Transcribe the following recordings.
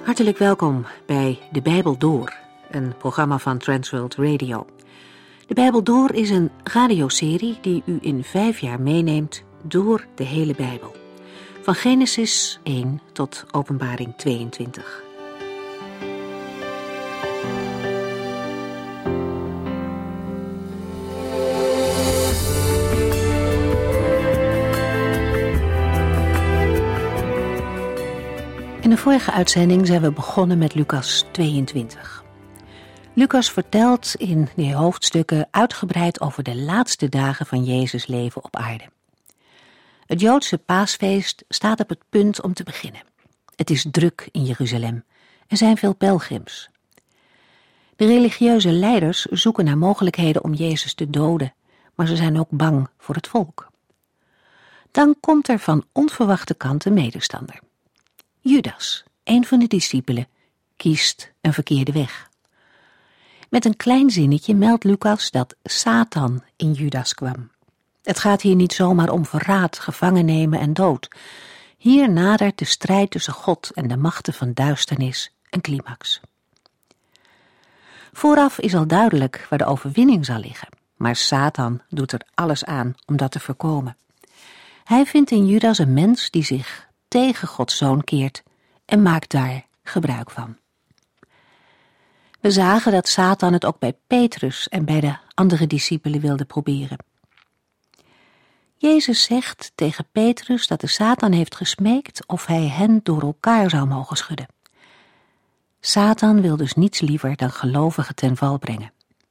Hartelijk welkom bij De Bijbel Door, een programma van Transworld Radio. De Bijbel Door is een radioserie die u in 5 jaar meeneemt door de hele Bijbel. Van Genesis 1 tot Openbaring 22. In de vorige uitzending zijn we begonnen met Lucas 22. Lucas vertelt in die hoofdstukken uitgebreid over de laatste dagen van Jezus' leven op aarde. Het Joodse paasfeest staat op het punt om te beginnen. Het is druk in Jeruzalem. Er zijn veel pelgrims. De religieuze leiders zoeken naar mogelijkheden om Jezus te doden, maar ze zijn ook bang voor het volk. Dan komt er van onverwachte kant een medestander. Judas, een van de discipelen, kiest een verkeerde weg. Met een klein zinnetje meldt Lucas dat Satan in Judas kwam. Het gaat hier niet zomaar om verraad, gevangen nemen en dood. Hier nadert de strijd tussen God en de machten van duisternis een climax. Vooraf is al duidelijk waar de overwinning zal liggen, maar Satan doet er alles aan om dat te voorkomen. Hij vindt in Judas een mens die zich tegen Gods zoon keert en maakt daar gebruik van. We zagen dat Satan het ook bij Petrus en bij de andere discipelen wilde proberen. Jezus zegt tegen Petrus dat de Satan heeft gesmeekt of hij hen door elkaar zou mogen schudden. Satan wil dus niets liever dan gelovigen ten val brengen.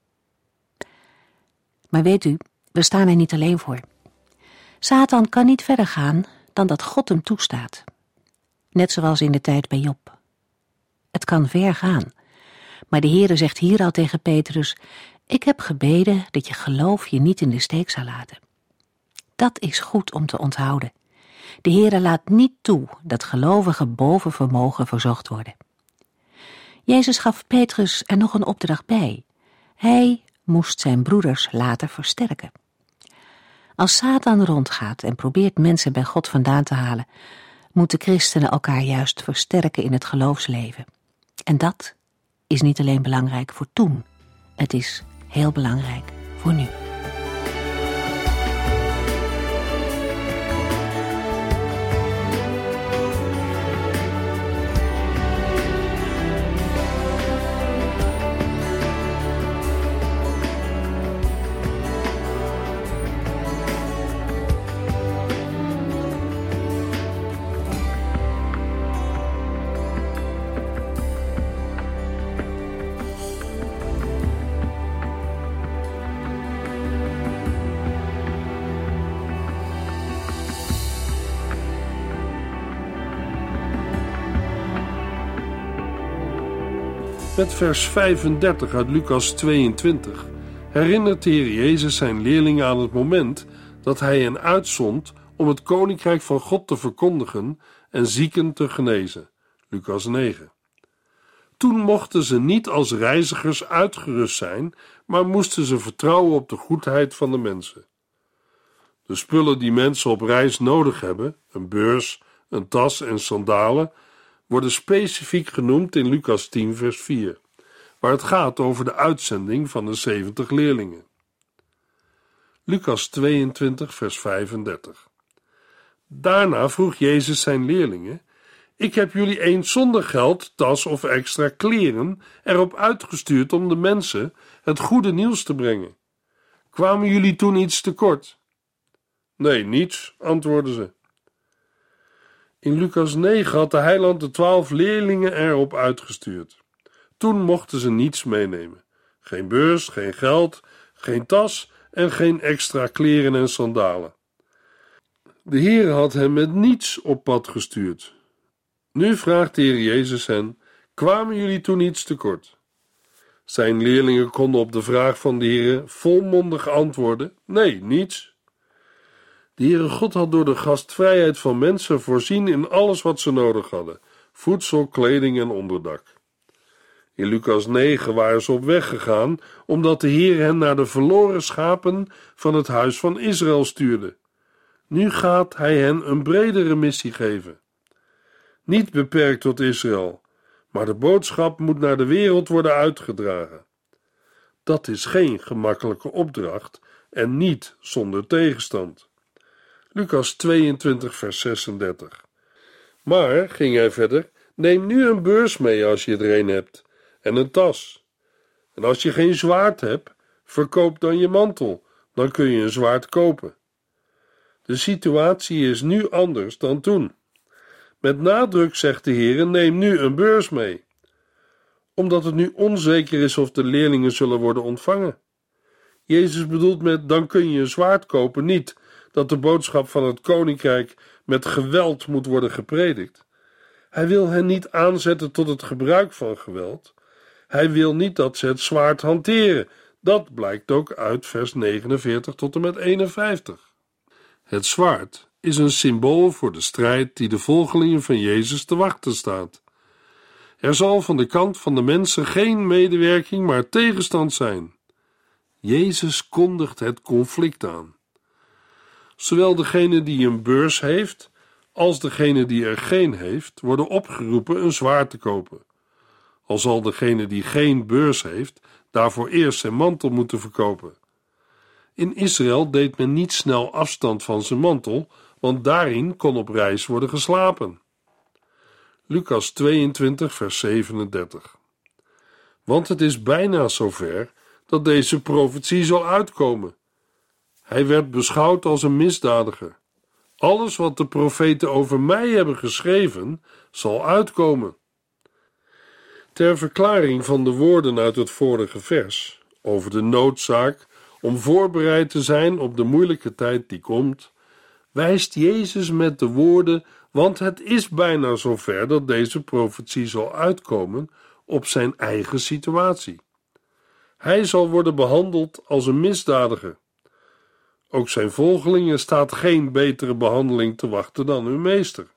Maar weet u, we staan er niet alleen voor. Satan kan niet verder gaan dan dat God hem toestaat. Net zoals in de tijd bij Job. Het kan ver gaan. Maar de Heere zegt hier al tegen Petrus: ik heb gebeden dat je geloof je niet in de steek zal laten. Dat is goed om te onthouden. De Heere laat niet toe dat gelovigen boven vermogen verzocht worden. Jezus gaf Petrus er nog een opdracht bij. Hij moest zijn broeders later versterken. Als Satan rondgaat en probeert mensen bij God vandaan te halen, moeten christenen elkaar juist versterken in het geloofsleven. En dat is niet alleen belangrijk voor toen, het is heel belangrijk voor nu. Met vers 35 uit Lucas 22 herinnert de Heer Jezus zijn leerlingen aan het moment dat hij hen uitzond om het koninkrijk van God te verkondigen en zieken te genezen. Lucas 9. Toen mochten ze niet als reizigers uitgerust zijn, maar moesten ze vertrouwen op de goedheid van de mensen. De spullen die mensen op reis nodig hebben, een beurs, een tas en sandalen, worden specifiek genoemd in Lucas 10 vers 4, waar het gaat over de uitzending van de 70 leerlingen. Lucas 22 vers 35. Daarna vroeg Jezus zijn leerlingen: ik heb jullie eens zonder geld, tas of extra kleren erop uitgestuurd om de mensen het goede nieuws te brengen. Kwamen jullie toen iets tekort? Nee, niets, antwoordden ze. In Lucas 9 had de heiland de 12 leerlingen erop uitgestuurd. Toen mochten ze niets meenemen. Geen beurs, geen geld, geen tas en geen extra kleren en sandalen. De Heer had hen met niets op pad gestuurd. Nu vraagt de Heer Jezus hen: kwamen jullie toen iets tekort? Zijn leerlingen konden op de vraag van de Heer volmondig antwoorden: nee, niets. De Heere God had door de gastvrijheid van mensen voorzien in alles wat ze nodig hadden: voedsel, kleding en onderdak. In Lucas 9 waren ze op weg gegaan, omdat de Heer hen naar de verloren schapen van het huis van Israël stuurde. Nu gaat hij hen een bredere missie geven. Niet beperkt tot Israël, maar de boodschap moet naar de wereld worden uitgedragen. Dat is geen gemakkelijke opdracht en niet zonder tegenstand. Lucas 22 vers 36. Maar, ging hij verder, neem nu een beurs mee als je er een hebt en een tas. En als je geen zwaard hebt, verkoop dan je mantel, dan kun je een zwaard kopen. De situatie is nu anders dan toen. Met nadruk zegt de Heer, neem nu een beurs mee. Omdat het nu onzeker is of de leerlingen zullen worden ontvangen. Jezus bedoelt met, dan kun je een zwaard kopen, niet dat de boodschap van het koninkrijk met geweld moet worden gepredikt. Hij wil hen niet aanzetten tot het gebruik van geweld. Hij wil niet dat ze het zwaard hanteren. Dat blijkt ook uit vers 49 tot en met 51. Het zwaard is een symbool voor de strijd die de volgelingen van Jezus te wachten staat. Er zal van de kant van de mensen geen medewerking, maar tegenstand zijn. Jezus kondigt het conflict aan. Zowel degene die een beurs heeft, als degene die er geen heeft, worden opgeroepen een zwaard te kopen. Al zal degene die geen beurs heeft, daarvoor eerst zijn mantel moeten verkopen. In Israël deed men niet snel afstand van zijn mantel, want daarin kon op reis worden geslapen. Lucas 22 vers 37. Want het is bijna zover dat deze profetie zal uitkomen. Hij werd beschouwd als een misdadiger. Alles wat de profeten over mij hebben geschreven, zal uitkomen. Ter verklaring van de woorden uit het vorige vers, over de noodzaak om voorbereid te zijn op de moeilijke tijd die komt, wijst Jezus met de woorden, want het is bijna zover dat deze profetie zal uitkomen, op zijn eigen situatie. Hij zal worden behandeld als een misdadiger. Ook zijn volgelingen staat geen betere behandeling te wachten dan hun meester.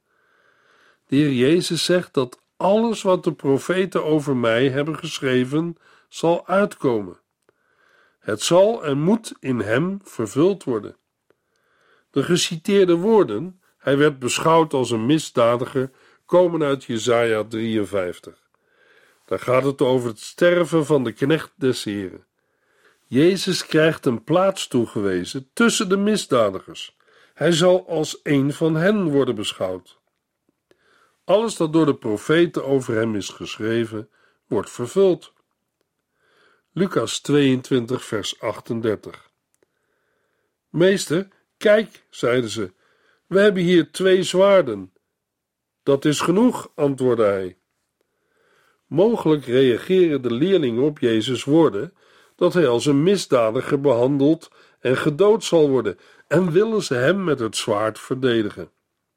De Heer Jezus zegt dat alles wat de profeten over mij hebben geschreven, zal uitkomen. Het zal en moet in hem vervuld worden. De geciteerde woorden, hij werd beschouwd als een misdadiger, komen uit Jesaja 53. Daar gaat het over het sterven van de knecht des Heren. Jezus krijgt een plaats toegewezen tussen de misdadigers. Hij zal als een van hen worden beschouwd. Alles dat door de profeten over hem is geschreven, wordt vervuld. Lucas 22 vers 38. Meester, kijk, zeiden ze, we hebben hier 2 zwaarden. Dat is genoeg, antwoordde hij. Mogelijk reageren de leerlingen op Jezus' woorden dat hij als een misdadiger behandeld en gedood zal worden en willen ze hem met het zwaard verdedigen.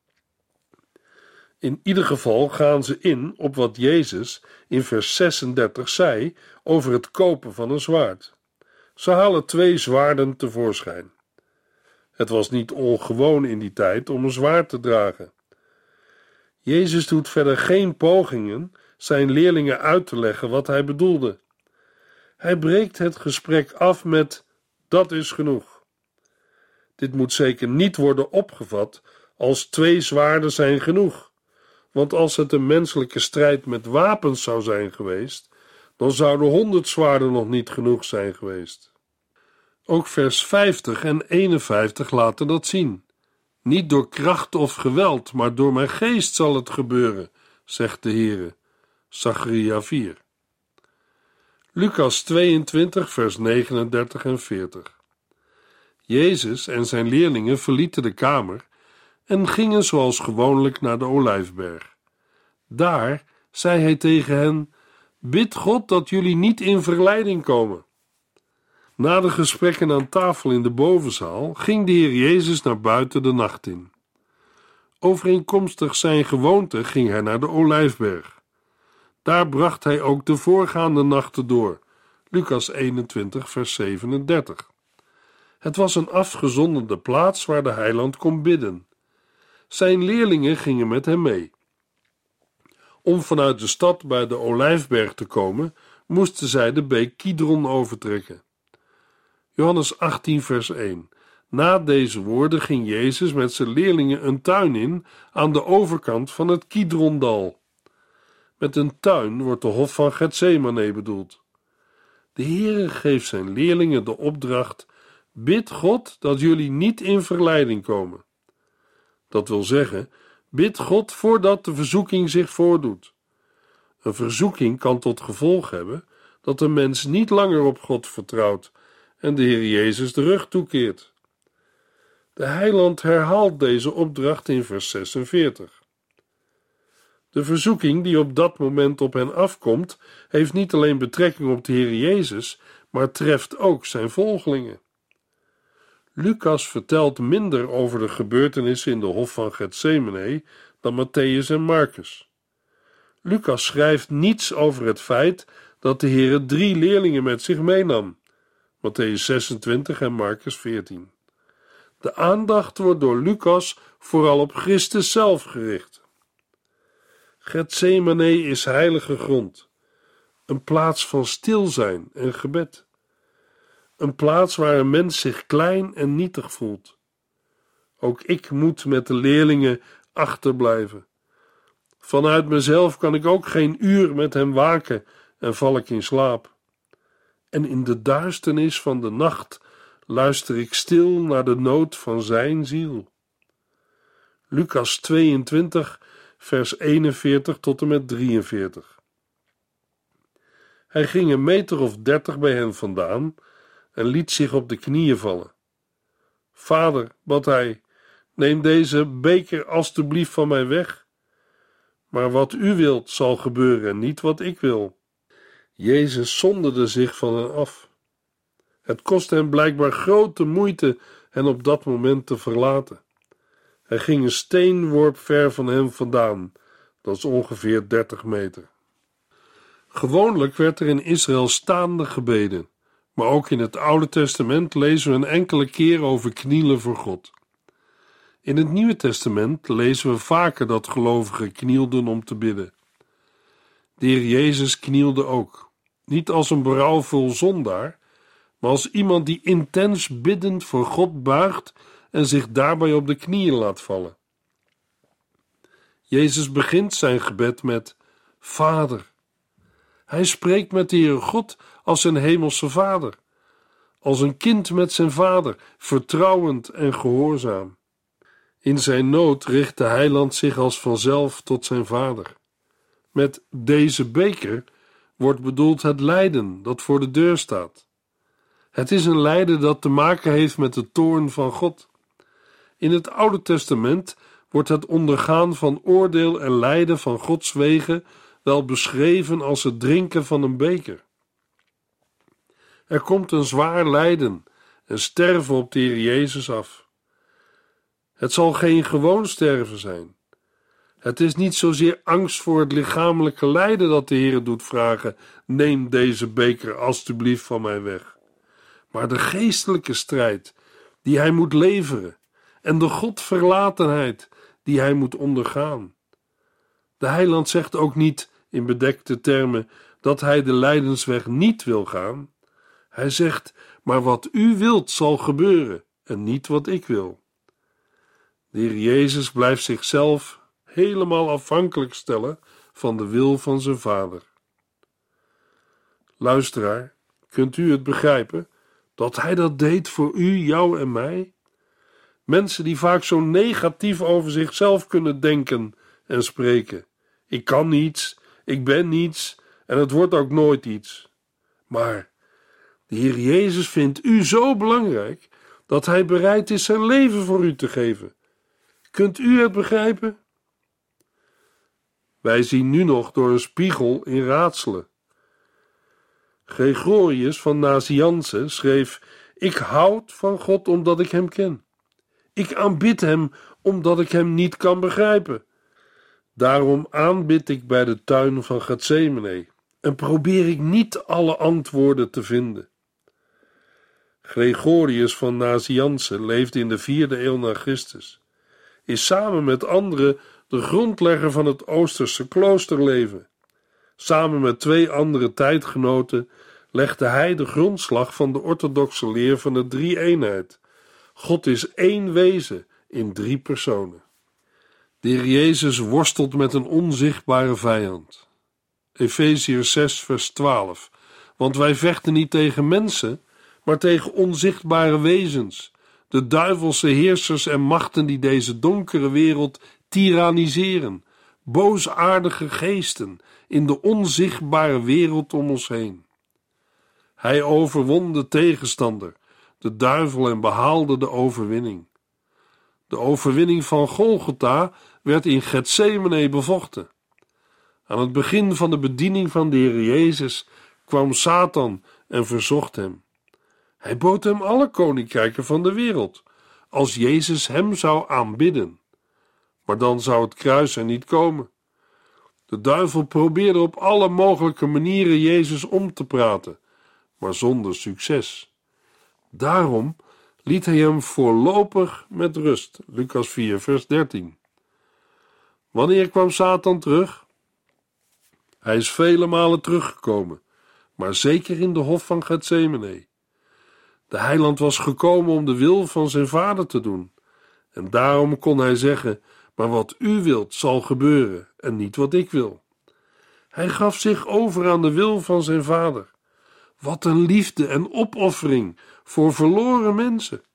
In ieder geval gaan ze in op wat Jezus in vers 36 zei over het kopen van een zwaard. Ze halen 2 zwaarden tevoorschijn. Het was niet ongewoon in die tijd om een zwaard te dragen. Jezus doet verder geen pogingen zijn leerlingen uit te leggen wat hij bedoelde. Hij breekt het gesprek af met: dat is genoeg. Dit moet zeker niet worden opgevat als 2 zwaarden zijn genoeg. Want als het een menselijke strijd met wapens zou zijn geweest, dan zouden 100 zwaarden nog niet genoeg zijn geweest. Ook vers 50 en 51 laten dat zien. Niet door kracht of geweld, maar door mijn geest zal het gebeuren, zegt de Heere. Zacharia 4. Lucas 22 vers 39 en 40. Jezus en zijn leerlingen verlieten de kamer en gingen zoals gewoonlijk naar de Olijfberg. Daar zei hij tegen hen: bid God dat jullie niet in verleiding komen. Na de gesprekken aan tafel in de bovenzaal ging de Heer Jezus naar buiten de nacht in. Overeenkomstig zijn gewoonte ging hij naar de Olijfberg. Daar bracht hij ook de voorgaande nachten door. Lucas 21 vers 37. Het was een afgezonderde plaats waar de heiland kon bidden. Zijn leerlingen gingen met hem mee. Om vanuit de stad bij de Olijfberg te komen, moesten zij de beek Kidron overtrekken. Johannes 18 vers 1. Na deze woorden ging Jezus met zijn leerlingen een tuin in aan de overkant van het Kidrondal. Met een tuin wordt de hof van Getsemane bedoeld. De Heere geeft zijn leerlingen de opdracht: bid God dat jullie niet in verleiding komen. Dat wil zeggen, bid God voordat de verzoeking zich voordoet. Een verzoeking kan tot gevolg hebben dat een mens niet langer op God vertrouwt en de Heer Jezus de rug toekeert. De Heiland herhaalt deze opdracht in vers 46. De verzoeking die op dat moment op hen afkomt, heeft niet alleen betrekking op de Heer Jezus, maar treft ook zijn volgelingen. Lucas vertelt minder over de gebeurtenissen in de hof van Getsemane dan Mattheüs en Marcus. Lucas schrijft niets over het feit dat de Heer 3 leerlingen met zich meenam, Mattheüs 26 en Marcus 14. De aandacht wordt door Lucas vooral op Christus zelf gericht. Getsemane is heilige grond, een plaats van stilzijn en gebed. Een plaats waar een mens zich klein en nietig voelt. Ook ik moet met de leerlingen achterblijven. Vanuit mezelf kan ik ook geen uur met hem waken en val ik in slaap. En in de duisternis van de nacht luister ik stil naar de nood van zijn ziel. Lucas 22, vers 41 tot en met 43. Hij ging 1,30 meter bij hen vandaan en liet zich op de knieën vallen. Vader, bad hij, neem deze beker alstublieft van mij weg. Maar wat u wilt zal gebeuren en niet wat ik wil. Jezus zonderde zich van hen af. Het kostte hem blijkbaar grote moeite hen op dat moment te verlaten. Hij ging een steenworp ver van hem vandaan, dat is ongeveer 30 meter. Gewoonlijk werd er in Israël staande gebeden, maar ook in het Oude Testament lezen we een enkele keer over knielen voor God. In het Nieuwe Testament lezen we vaker dat gelovigen knielden om te bidden. De Heer Jezus knielde ook, niet als een berouwvol zondaar, maar als iemand die intens biddend voor God buigt en zich daarbij op de knieën laat vallen. Jezus begint zijn gebed met Vader. Hij spreekt met de Heere God als zijn hemelse Vader, als een kind met zijn vader, vertrouwend en gehoorzaam. In zijn nood richt de heiland zich als vanzelf tot zijn vader. Met deze beker wordt bedoeld het lijden dat voor de deur staat. Het is een lijden dat te maken heeft met de toorn van God. In het Oude Testament wordt het ondergaan van oordeel en lijden van Gods wegen wel beschreven als het drinken van een beker. Er komt een zwaar lijden en sterven op de Heer Jezus af. Het zal geen gewoon sterven zijn. Het is niet zozeer angst voor het lichamelijke lijden dat de Heer doet vragen: neem deze beker alstublieft van mij weg. Maar de geestelijke strijd die hij moet leveren en de Godverlatenheid die hij moet ondergaan. De heiland zegt ook niet in bedekte termen dat hij de lijdensweg niet wil gaan. Hij zegt: maar wat u wilt zal gebeuren en niet wat ik wil. De Heer Jezus blijft zichzelf helemaal afhankelijk stellen van de wil van zijn Vader. Luisteraar, kunt u het begrijpen dat hij dat deed voor u, jou en mij? Mensen die vaak zo negatief over zichzelf kunnen denken en spreken. Ik kan niets, ik ben niets en het wordt ook nooit iets. Maar de Heer Jezus vindt u zo belangrijk dat hij bereid is zijn leven voor u te geven. Kunt u het begrijpen? Wij zien nu nog door een spiegel in raadselen. Gregorius van Nazianze schreef: ik houd van God omdat ik hem ken. Ik aanbid hem omdat ik hem niet kan begrijpen. Daarom aanbid ik bij de tuin van Getsemane en probeer ik niet alle antwoorden te vinden. Gregorius van Nazianze leefde in de 4e eeuw na Christus. Is samen met anderen de grondlegger van het Oosterse kloosterleven. Samen met 2 andere tijdgenoten legde hij de grondslag van de orthodoxe leer van de drie-eenheid. God is één wezen in 3 personen. De Heer Jezus worstelt met een onzichtbare vijand. Efeziërs 6 vers 12. Want wij vechten niet tegen mensen, maar tegen onzichtbare wezens, de duivelse heersers en machten die deze donkere wereld tiranniseren, boosaardige geesten in de onzichtbare wereld om ons heen. Hij overwon de tegenstander, de duivel, en behaalde de overwinning. De overwinning van Golgotha werd in Getsemane bevochten. Aan het begin van de bediening van de Heer Jezus kwam Satan en verzocht hem. Hij bood hem alle koninkrijken van de wereld, als Jezus hem zou aanbidden. Maar dan zou het kruis er niet komen. De duivel probeerde op alle mogelijke manieren Jezus om te praten, maar zonder succes. Daarom liet hij hem voorlopig met rust. Lucas 4 vers 13. Wanneer kwam Satan terug? Hij is vele malen teruggekomen, maar zeker in de hof van Getsemane. De heiland was gekomen om de wil van zijn vader te doen. En daarom kon hij zeggen, maar wat u wilt zal gebeuren en niet wat ik wil. Hij gaf zich over aan de wil van zijn vader. Wat een liefde en opoffering voor verloren mensen.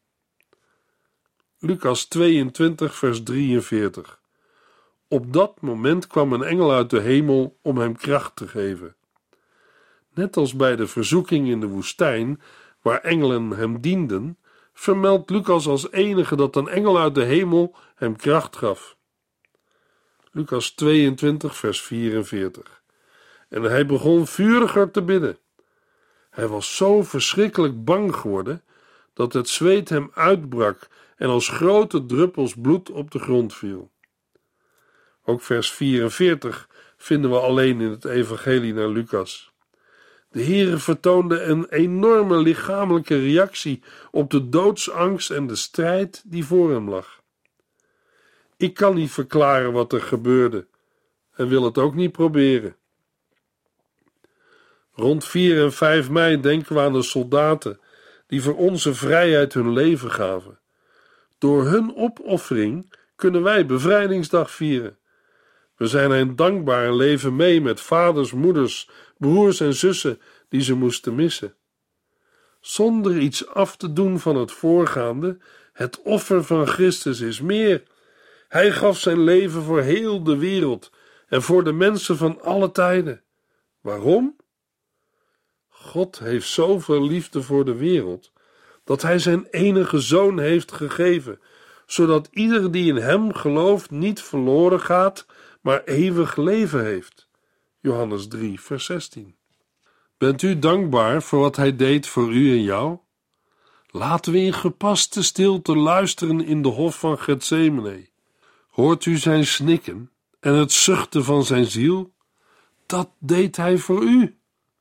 Lucas 22 vers 43. Op dat moment kwam een engel uit de hemel om hem kracht te geven. Net als bij de verzoeking in de woestijn, waar engelen hem dienden, vermeldt Lucas als enige dat een engel uit de hemel hem kracht gaf. Lucas 22 vers 44. En hij begon vuriger te bidden. Hij was zo verschrikkelijk bang geworden, dat het zweet hem uitbrak en als grote druppels bloed op de grond viel. Ook vers 44 vinden we alleen in het evangelie naar Lucas. De Heere vertoonde een enorme lichamelijke reactie op de doodsangst en de strijd die voor hem lag. Ik kan niet verklaren wat er gebeurde en wil het ook niet proberen. Rond 4 en 5 mei denken we aan de soldaten die voor onze vrijheid hun leven gaven. Door hun opoffering kunnen wij Bevrijdingsdag vieren. We zijn hen dankbaar en leven mee met vaders, moeders, broers en zussen die ze moesten missen. Zonder iets af te doen van het voorgaande, het offer van Christus is meer. Hij gaf zijn leven voor heel de wereld en voor de mensen van alle tijden. Waarom? God heeft zoveel liefde voor de wereld, dat hij zijn enige zoon heeft gegeven, zodat ieder die in hem gelooft niet verloren gaat, maar eeuwig leven heeft. Johannes 3, vers 16. Bent u dankbaar voor wat hij deed voor u en jou? Laten we in gepaste stilte luisteren in de hof van Getsemane. Hoort u zijn snikken en het zuchten van zijn ziel? Dat deed hij voor u.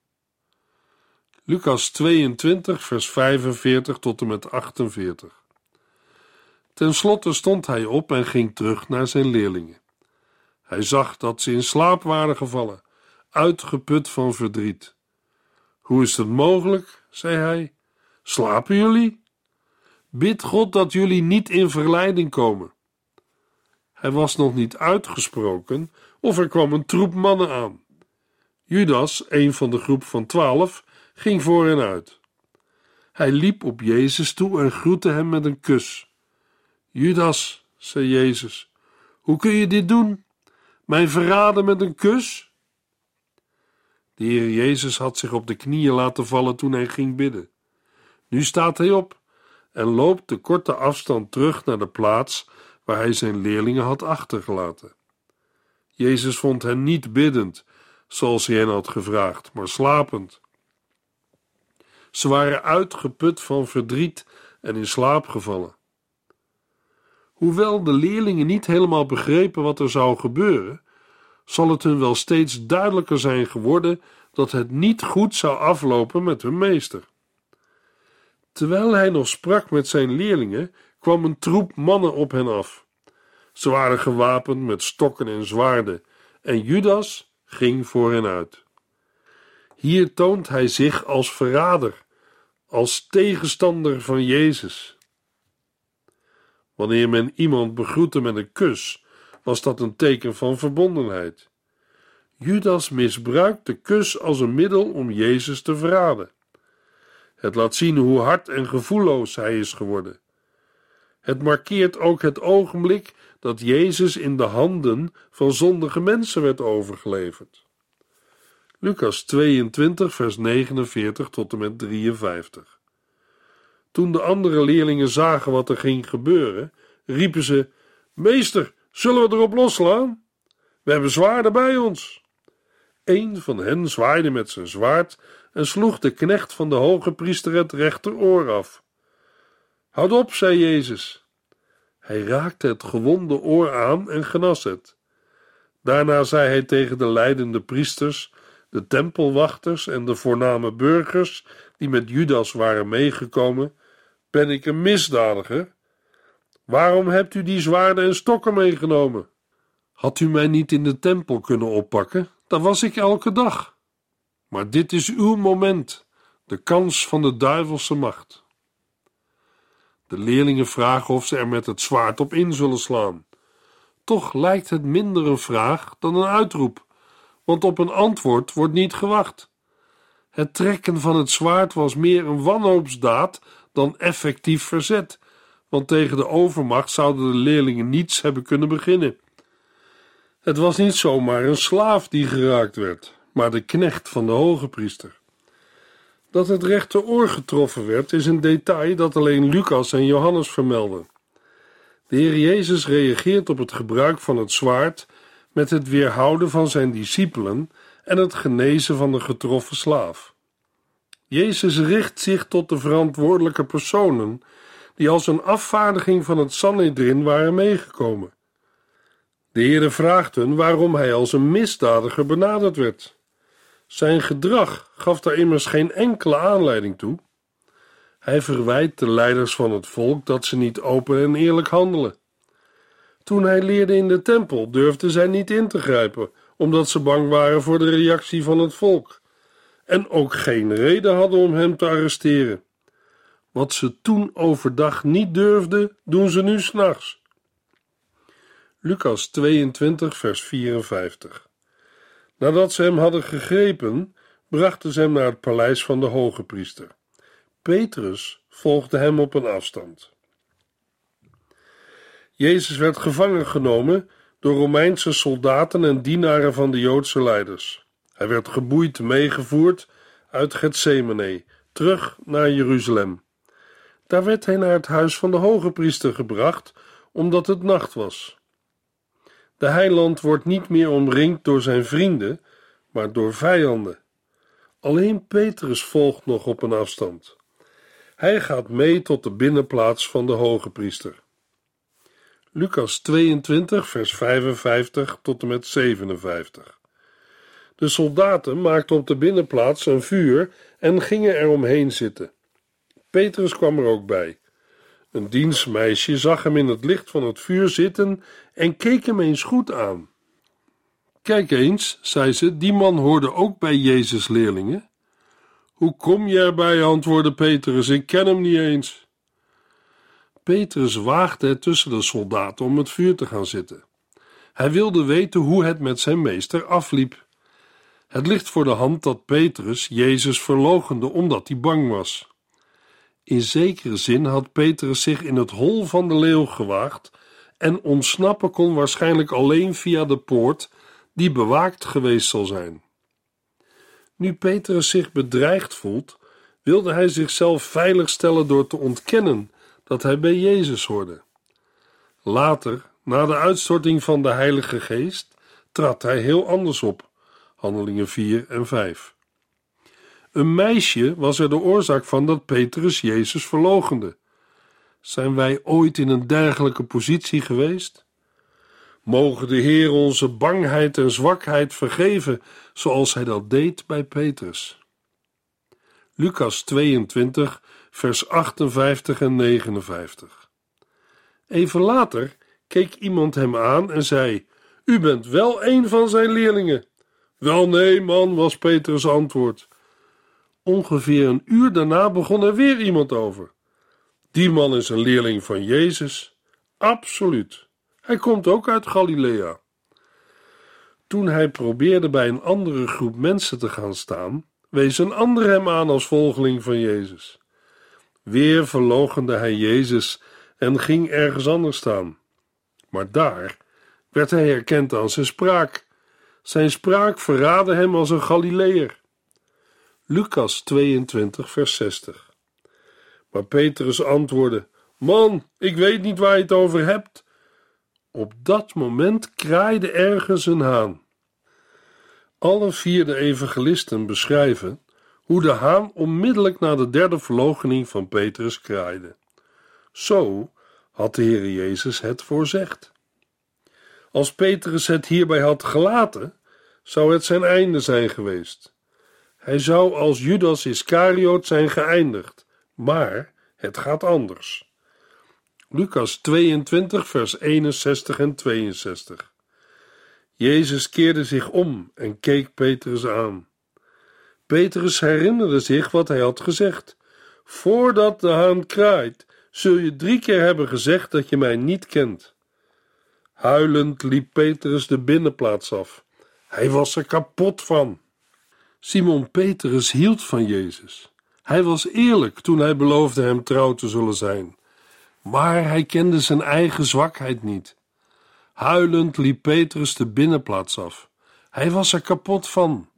Lucas 22, vers 45 tot en met 48. Ten slotte stond hij op en ging terug naar zijn leerlingen. Hij zag dat ze in slaap waren gevallen, uitgeput van verdriet. Hoe is het mogelijk, zei hij, slapen jullie? Bid God dat jullie niet in verleiding komen. Hij was nog niet uitgesproken of er kwam een troep mannen aan. Judas, een van de groep van 12, ging voor hen uit. Hij liep op Jezus toe en groette hem met een kus. Judas, zei Jezus, hoe kun je dit doen? Mij verraden met een kus? De Heer Jezus had zich op de knieën laten vallen toen hij ging bidden. Nu staat hij op en loopt de korte afstand terug naar de plaats waar hij zijn leerlingen had achtergelaten. Jezus vond hen niet biddend, zoals hij hen had gevraagd, maar slapend. Ze waren uitgeput van verdriet en in slaap gevallen. Hoewel de leerlingen niet helemaal begrepen wat er zou gebeuren, zal het hun wel steeds duidelijker zijn geworden dat het niet goed zou aflopen met hun meester. Terwijl hij nog sprak met zijn leerlingen, kwam een troep mannen op hen af. Ze waren gewapend met stokken en zwaarden, en Judas ging voor hen uit. Hier toont hij zich als verrader, als tegenstander van Jezus. Wanneer men iemand begroette met een kus, was dat een teken van verbondenheid. Judas misbruikt de kus als een middel om Jezus te verraden. Het laat zien hoe hard en gevoelloos hij is geworden. Het markeert ook het ogenblik dat Jezus in de handen van zondige mensen werd overgeleverd. Lucas 22, vers 49 tot en met 53. Toen de andere leerlingen zagen wat er ging gebeuren, riepen ze: Meester, zullen we erop loslaan? We hebben zwaarden bij ons. Een van hen zwaaide met zijn zwaard en sloeg de knecht van de hoge priester het rechteroor af. Houd op, zei Jezus. Hij raakte het gewonde oor aan en genas het. Daarna zei hij tegen de leidende priesters, de tempelwachters en de voorname burgers die met Judas waren meegekomen: Ben ik een misdadiger? Waarom hebt u die zwaarden en stokken meegenomen? Had u mij niet in de tempel kunnen oppakken? Dan was ik elke dag. Maar dit is uw moment, de kans van de duivelse macht. De leerlingen vragen of ze er met het zwaard op in zullen slaan. Toch lijkt het minder een vraag dan een uitroep, want op een antwoord wordt niet gewacht. Het trekken van het zwaard was meer een wanhoopsdaad dan effectief verzet, want tegen de overmacht zouden de leerlingen niets hebben kunnen beginnen. Het was niet zomaar een slaaf die geraakt werd, maar de knecht van de hoge priester. Dat het rechteroor getroffen werd, is een detail dat alleen Lucas en Johannes vermelden. De Heer Jezus reageert op het gebruik van het zwaard met het weerhouden van zijn discipelen en het genezen van de getroffen slaaf. Jezus richt zich tot de verantwoordelijke personen die als een afvaardiging van het Sanhedrin waren meegekomen. De Heere vraagt hun waarom hij als een misdadiger benaderd werd. Zijn gedrag gaf daar immers geen enkele aanleiding toe. Hij verwijt de leiders van het volk dat ze niet open en eerlijk handelen. Toen hij leerde in de tempel, durfden zij niet in te grijpen, omdat ze bang waren voor de reactie van het volk, en ook geen reden hadden om hem te arresteren. Wat ze toen overdag niet durfden, doen ze nu 's nachts. Lucas 22, vers 54. Nadat ze hem hadden gegrepen, brachten ze hem naar het paleis van de hoge priester. Petrus volgde hem op een afstand. Jezus werd gevangen genomen door Romeinse soldaten en dienaren van de Joodse leiders. Hij werd geboeid meegevoerd uit Getsemane, terug naar Jeruzalem. Daar werd hij naar het huis van de hoge priester gebracht, omdat het nacht was. De heiland wordt niet meer omringd door zijn vrienden, maar door vijanden. Alleen Petrus volgt nog op een afstand. Hij gaat mee tot de binnenplaats van de hoge priester. Lucas 22, vers 55 tot en met 57. De soldaten maakten op de binnenplaats een vuur en gingen er omheen zitten. Petrus kwam er ook bij. Een dienstmeisje zag hem in het licht van het vuur zitten en keek hem eens goed aan. Kijk eens, zei ze, die man hoorde ook bij Jezus' leerlingen. Hoe kom je erbij, antwoordde Petrus, ik ken hem niet eens. Petrus waagde het tussen de soldaten om het vuur te gaan zitten. Hij wilde weten hoe het met zijn meester afliep. Het ligt voor de hand dat Petrus Jezus verloochende omdat hij bang was. In zekere zin had Petrus zich in het hol van de leeuw gewaagd en ontsnappen kon waarschijnlijk alleen via de poort die bewaakt geweest zal zijn. Nu Petrus zich bedreigd voelt, wilde hij zichzelf veilig stellen door te ontkennen dat hij bij Jezus hoorde. Later, na de uitstorting van de Heilige Geest, trad hij heel anders op. Handelingen 4 en 5. Een meisje was er de oorzaak van dat Petrus Jezus verloochende. Zijn wij ooit in een dergelijke positie geweest? Mogen de Heer onze bangheid en zwakheid vergeven, zoals hij dat deed bij Petrus. Lucas 22, vers 58 en 59. Even later keek iemand hem aan en zei: U bent wel een van zijn leerlingen. Wel nee, man, was Petrus' antwoord. Ongeveer een uur daarna begon er weer iemand over. Die man is een leerling van Jezus. Absoluut. Hij komt ook uit Galilea. Toen hij probeerde bij een andere groep mensen te gaan staan, wees een ander hem aan als volgeling van Jezus. Weer verloochende hij Jezus en ging ergens anders staan. Maar daar werd hij herkend aan zijn spraak. Zijn spraak verraadde hem als een Galileër. Lucas 22, vers 60. Maar Petrus antwoordde: Man, ik weet niet waar je het over hebt. Op dat moment kraaide ergens een haan. Alle 4 de evangelisten beschrijven hoe de haan onmiddellijk na de derde verloochening van Petrus kraaide. Zo had de Heer Jezus het voorzegd. Als Petrus het hierbij had gelaten, zou het zijn einde zijn geweest. Hij zou als Judas Iscariot zijn geëindigd, maar het gaat anders. Lucas 22, vers 61 en 62. Jezus keerde zich om en keek Petrus aan. Petrus herinnerde zich wat hij had gezegd. Voordat de haan kraait, zul je 3 keer hebben gezegd dat je mij niet kent. Huilend liep Petrus de binnenplaats af. Hij was er kapot van. Simon Petrus hield van Jezus. Hij was eerlijk toen hij beloofde hem trouw te zullen zijn. Maar hij kende zijn eigen zwakheid niet. Huilend liep Petrus de binnenplaats af. Hij was er kapot van.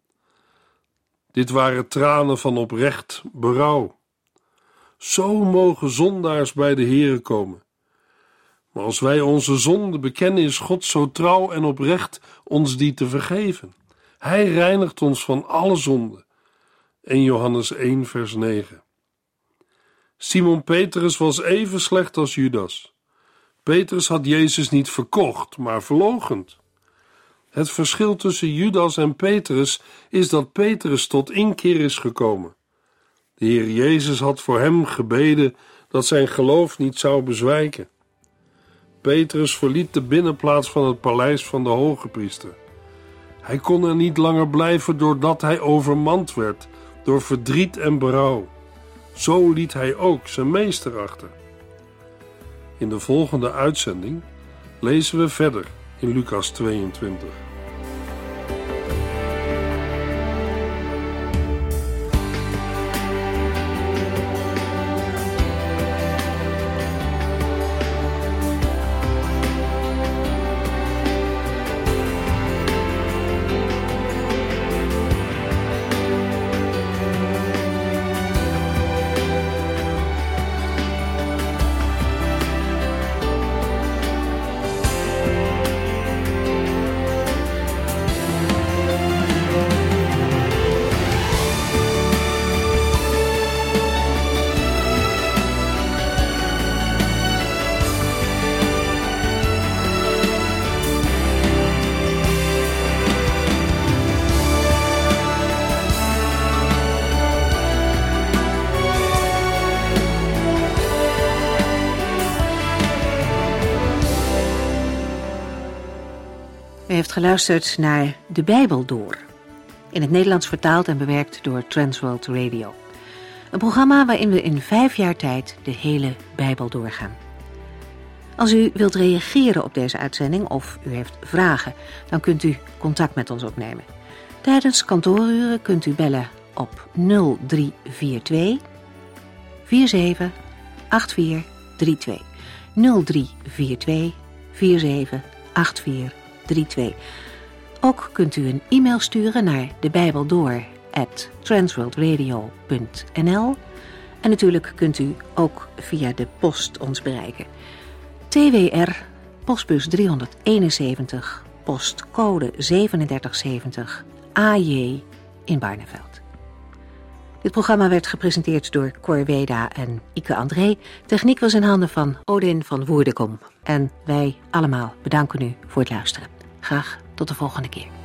Dit waren tranen van oprecht berouw. Zo mogen zondaars bij de Here komen. Maar als wij onze zonde bekennen, is God zo trouw en oprecht ons die te vergeven. Hij reinigt ons van alle zonde. 1 Johannes 1 vers 9. Simon Petrus was even slecht als Judas. Petrus had Jezus niet verkocht, maar verloochend. Het verschil tussen Judas en Petrus is dat Petrus tot inkeer is gekomen. De Heer Jezus had voor hem gebeden dat zijn geloof niet zou bezwijken. Petrus verliet de binnenplaats van het paleis van de hogepriester. Hij kon er niet langer blijven doordat hij overmand werd door verdriet en berouw. Zo liet hij ook zijn meester achter. In de volgende uitzending lezen we verder in Lucas 22. U heeft geluisterd naar De Bijbel Door. In het Nederlands vertaald en bewerkt door Transworld Radio. Een programma waarin we in 5 jaar tijd de hele Bijbel doorgaan. Als u wilt reageren op deze uitzending of u heeft vragen, dan kunt u contact met ons opnemen. Tijdens kantooruren kunt u bellen op 0342 47 8432. 0342 47 8432. Ook kunt u een e-mail sturen naar debijbeldoor@transworldradio.nl en natuurlijk kunt u ook via de post ons bereiken. TWR, postbus 371, postcode 3770, AJ in Barneveld. Dit programma werd gepresenteerd door Cor Weda en Ike André. Techniek was in handen van Odin van Woerdekom. En wij allemaal bedanken u voor het luisteren. Graag tot de volgende keer.